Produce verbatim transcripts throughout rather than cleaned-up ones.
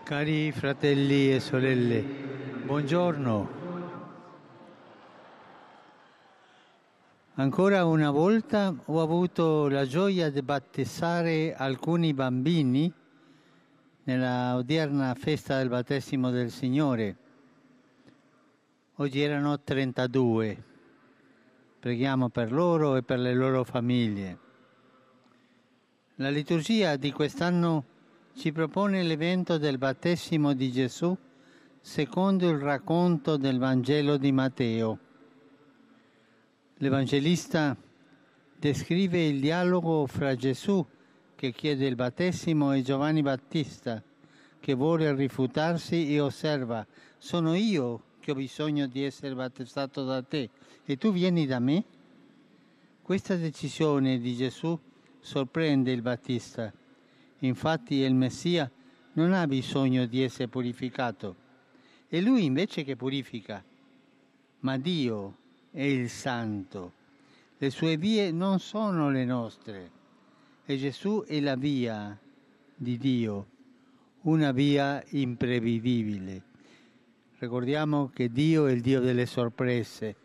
Cari fratelli e sorelle, buongiorno. Ancora una volta ho avuto la gioia di battezzare alcuni bambini nella odierna festa del battesimo del Signore. Oggi erano trentadue. Preghiamo per loro e per le loro famiglie. La liturgia di quest'anno ci propone l'evento del battesimo di Gesù secondo il racconto del Vangelo di Matteo. L'Evangelista descrive il dialogo fra Gesù, che chiede il battesimo, e Giovanni Battista, che vuole rifiutarsi e osserva: «Sono io che ho bisogno di essere battezzato da te, e tu vieni da me?» Questa decisione di Gesù sorprende il Battista. Infatti il Messia non ha bisogno di essere purificato. È Lui invece che purifica. Ma Dio è il Santo. Le sue vie non sono le nostre. E Gesù è la via di Dio, una via imprevedibile. Ricordiamo che Dio è il Dio delle sorprese.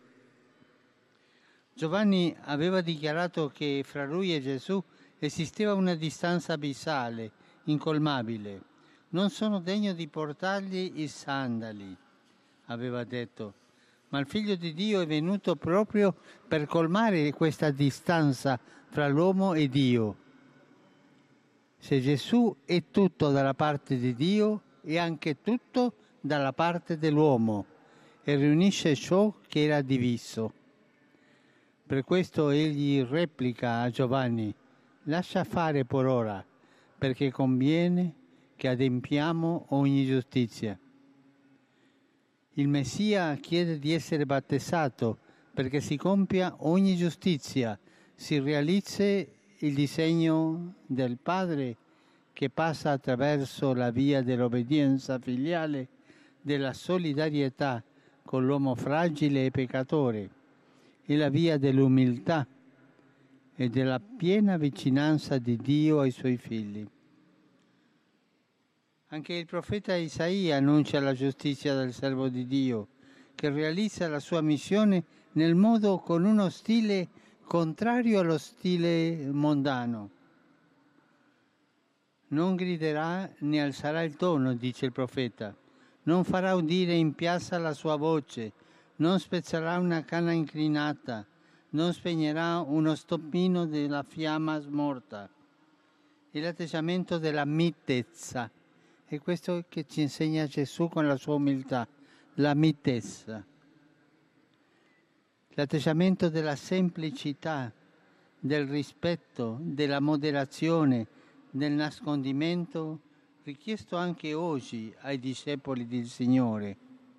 Giovanni aveva dichiarato che fra lui e Gesù esisteva una distanza abissale, incolmabile. «Non sono degno di portargli i sandali», aveva detto, ma il Figlio di Dio è venuto proprio per colmare questa distanza fra l'uomo e Dio. Se Gesù è tutto dalla parte di Dio, è anche tutto dalla parte dell'uomo e riunisce ciò che era diviso. Per questo egli replica a Giovanni: «Lascia fare per ora, perché conviene che adempiamo ogni giustizia». Il Messia chiede di essere battezzato perché si compia ogni giustizia, si realizzi il disegno del Padre che passa attraverso la via dell'obbedienza filiale, della solidarietà con l'uomo fragile e peccatore, e la via dell'umiltà e della piena vicinanza di Dio ai suoi figli. Anche il profeta Isaia annuncia la giustizia del servo di Dio, che realizza la sua missione nel modo con uno stile contrario allo stile mondano. Non griderà né alzerà il tono, dice il profeta, non farà udire in piazza la sua voce, non spezzerà una canna inclinata, non spegnerà uno stoppino della fiamma smorta. È l'atteggiamento della mitezza. È questo che ci insegna Gesù con la sua umiltà, la mitezza. L'atteggiamento della semplicità, del rispetto, della moderazione, del nascondimento, richiesto anche oggi ai discepoli del Signore.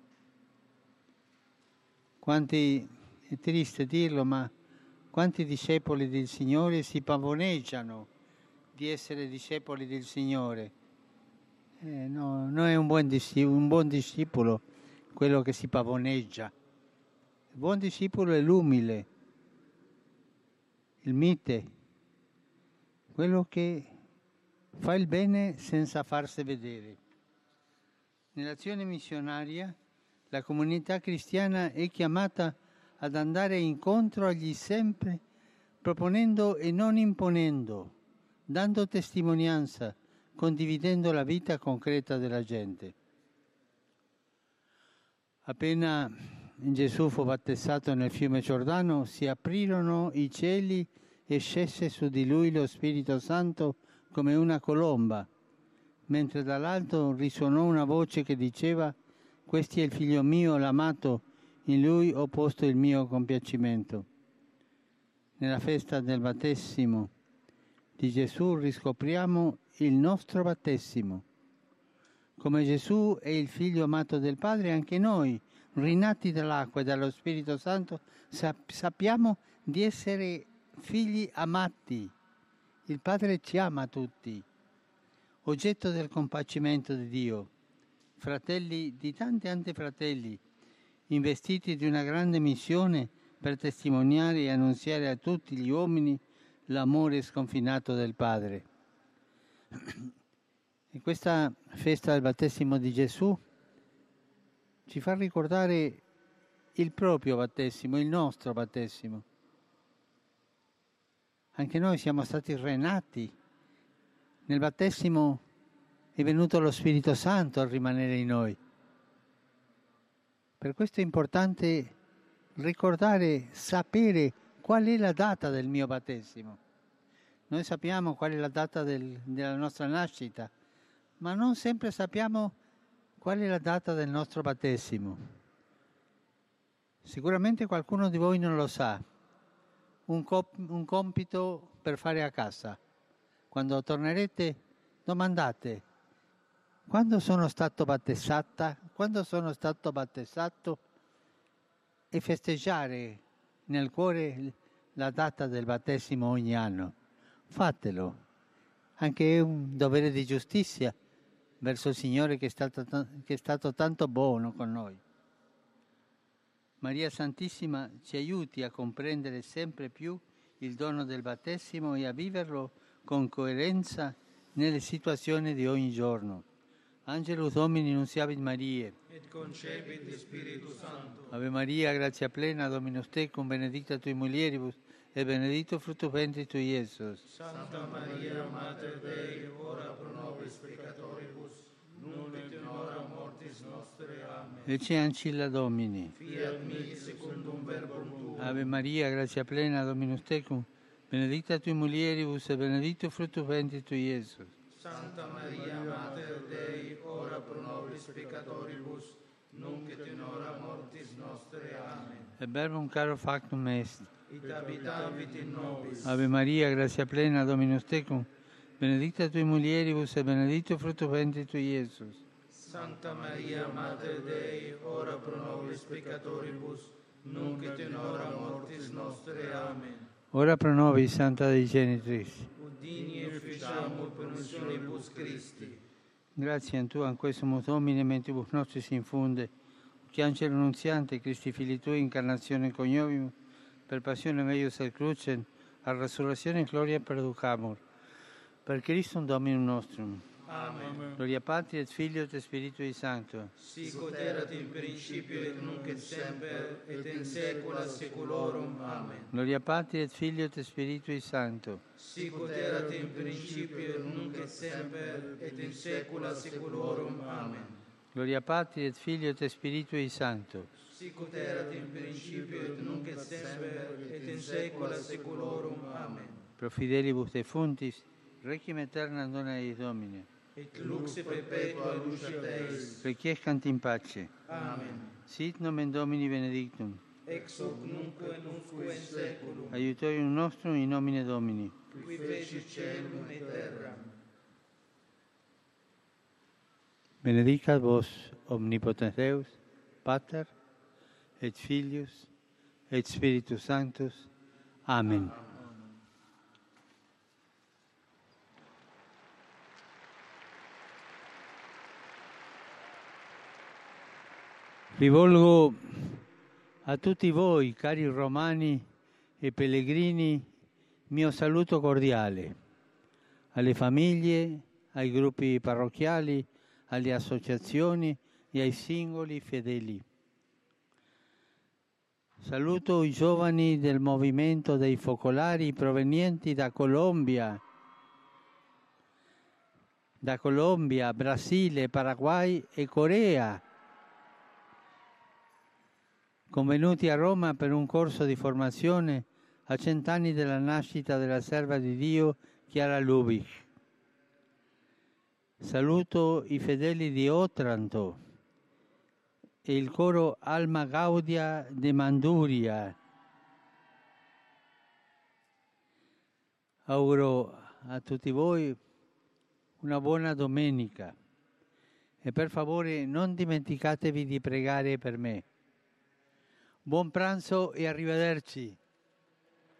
Quanti, è triste dirlo, ma quanti discepoli del Signore si pavoneggiano di essere discepoli del Signore? Eh, no, non è un buon, discepolo, un buon discepolo quello che si pavoneggia. Il buon discepolo è l'umile, il mite, quello che fa il bene senza farsi vedere. Nell'azione missionaria la comunità cristiana è chiamata ad andare incontro agli sempre, proponendo e non imponendo, dando testimonianza, condividendo la vita concreta della gente. Appena Gesù fu battezzato nel fiume Giordano, si aprirono i cieli e scese su di lui lo Spirito Santo come una colomba, mentre dall'alto risuonò una voce che diceva: «Questo è il figlio mio, l'amato, in lui ho posto il mio compiacimento». Nella festa del battesimo di Gesù riscopriamo il nostro battesimo. Come Gesù è il figlio amato del Padre, anche noi, rinati dall'acqua e dallo Spirito Santo, sappiamo di essere figli amati. Il Padre ci ama tutti, oggetto del compiacimento di Dio, fratelli di tanti altri fratelli, investiti di una grande missione per testimoniare e annunziare a tutti gli uomini l'amore sconfinato del Padre. E questa festa del battesimo di Gesù ci fa ricordare il proprio battesimo, il nostro battesimo. Anche noi siamo stati renati. Nel battesimo è venuto lo Spirito Santo a rimanere in noi. Per questo è importante ricordare, sapere qual è la data del mio battesimo. Noi sappiamo qual è la data del, della nostra nascita, ma non sempre sappiamo qual è la data del nostro battesimo. Sicuramente qualcuno di voi non lo sa. Un, cop- un compito per fare a casa. Quando tornerete, domandate: quando sono stato battezzata? Quando sono stato battezzato? E festeggiare nel cuore la data del battesimo ogni anno. Fatelo. Anche è un dovere di giustizia verso il Signore che è stato, che è stato tanto buono con noi. Maria Santissima ci aiuti a comprendere sempre più il dono del battesimo e a viverlo con coerenza nelle situazioni di ogni giorno. Angelus Domini nunciavit Mariae, et concepit Spiritus Sancto. Ave Maria, grazia plena, Dominus tecum, benedicta tui mulieribus, e benedictus fructus ventris tui, Iesus. Santa Maria, Mater Dei, ora pro nobis peccatoribus, nunc et in hora mortis nostre. Amen. Ecce ancilla Domini. Fiat mi secundum verbum tuum. Ave Maria, grazia plena, Dominus tecum, benedicta tui mulieribus, e benedictus fructus ventris tui, Iesus. Santa Maria, Mater Dei, ora pro nobis peccatoribus, nunc et in hora mortis nostre. Amen. E verbum caro factum est. It habitavit in nobis. Ave Maria, grazia plena, Dominus tecum, benedicta tui mulieribus, e benedictus fructus ventris tui, Iesus. Santa Maria, Mater Dei, ora pro nobis peccatoribus, nunc et in hora mortis nostre. Amen. Ora pro nobis, Santa Dei Genitris. Udini e ficiamur permissionibus Christi. Grazie a Tu, a questo Domine, mentibus nostris infunde, che Angelo Nunziante, Cristi Fili Tui, incarnazione coniovimus, per passione meius et crucem, a resurrezione e gloria perducamur. Per Christum Dominum nostrum. Amen. Gloria Patri et Filio et Spiritui Sancto. Sicut erat in principio et nunc et semper et in saecula saeculorum. Amen. Gloria Patri et Filio et Spiritui Sancto. Sicut erat in principio et nunc et semper et in saecula saeculorum. Amen. Gloria Patri et Filio et Spiritui Sancto. Sicut erat in principio et nunc et semper et in saecula saeculorum. Amen. Pro fidelibus defuntis, requiem aeternam dona eis Domine. Et lux perpetua luceat eis. Requiescant in pace. Amen. Sit nomen Domini benedictum. Ex hoc nunc et nunquam in saeculum. Aiutorium nostrum in nomine Domini. Qui fecit caelum et terram. Benedicat vos omnipotens Deus, Pater, et Filius, et Spiritus Sanctus. Amen. Rivolgo a tutti voi, cari romani e pellegrini, mio saluto cordiale, alle famiglie, ai gruppi parrocchiali, alle associazioni e ai singoli fedeli. Saluto i giovani del movimento dei focolari provenienti da Colombia, da Colombia, Brasile, Paraguay e Corea, convenuti a Roma per un corso di formazione a cent'anni dalla nascita della serva di Dio Chiara Lubich. Saluto i fedeli di Otranto e il coro Alma Gaudia de Manduria. Auguro a tutti voi una buona domenica e per favore non dimenticatevi di pregare per me. Buon pranzo e arrivederci.